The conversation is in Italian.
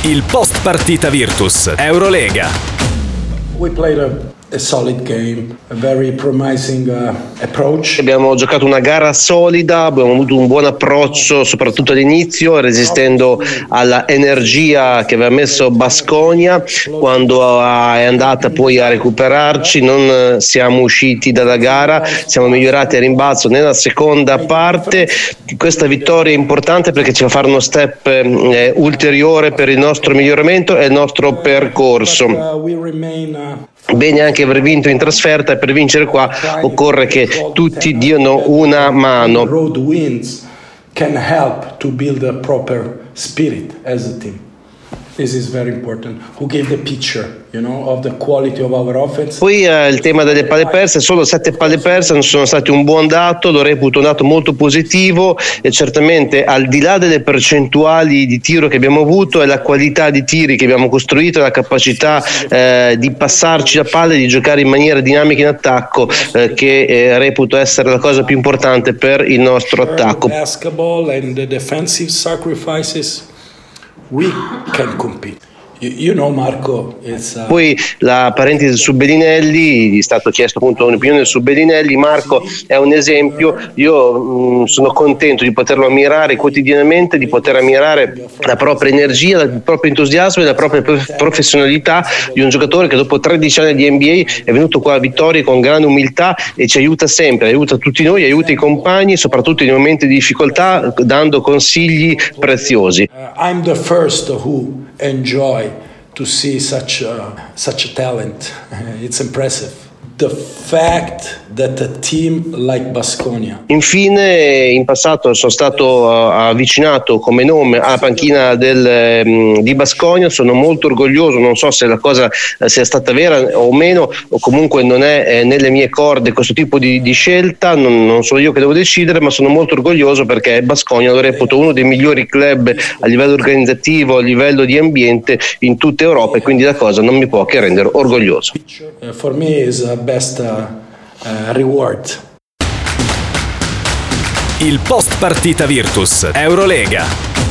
Il post partita Virtus Eurolega. We played a solid game, a very promising approach. Abbiamo giocato una gara solida, abbiamo avuto un buon approccio soprattutto all'inizio, resistendo alla energia che aveva messo Baskonia. Quando è andata poi a recuperarci non siamo usciti dalla gara, siamo migliorati a rimbalzo nella seconda parte. Questa vittoria è importante perché ci fa fare uno step ulteriore per il nostro miglioramento e il nostro percorso. Bene anche aver vinto in trasferta, e per vincere qua occorre che tutti diano una mano. Road wins can help to build a proper spirit as a team. This is very important. Who gave the picture, of the quality of our offense? Poi il tema delle palle perse, solo 7 palle perse non sono stati un buon dato, lo reputo un dato molto positivo, e certamente al di là delle percentuali di tiro che abbiamo avuto è la qualità di tiri che abbiamo costruito, la capacità di passarci la palla e di giocare in maniera dinamica in attacco che reputo essere la cosa più importante per il nostro attacco. Basketball and the defensive sacrifices, we can compete. Marco, Poi la parentesi su Bellinelli, gli è stato chiesto appunto un'opinione su Bellinelli. Marco è un esempio, io sono contento di poterlo ammirare quotidianamente, di poter ammirare la propria energia, il proprio entusiasmo e la propria professionalità di un giocatore che dopo 13 anni di NBA è venuto qua a Vittoria con grande umiltà e ci aiuta sempre, aiuta tutti noi, aiuta i compagni, soprattutto nei momenti di difficoltà, dando consigli preziosi. I'm the first who enjoy to see such a talent. It's impressive. The fact that a team like Baskonia. Infine, in passato sono stato avvicinato come nome alla panchina di Baskonia, sono molto orgoglioso, non so se la cosa sia stata vera o meno, o comunque non è nelle mie corde questo tipo di scelta, non sono io che devo decidere, ma sono molto orgoglioso perché Baskonia lo reputo uno dei migliori club a livello organizzativo, a livello di ambiente in tutta Europa, e quindi la cosa non mi può che rendere orgoglioso. For me is a best reward. Il post partita Virtus Eurolega.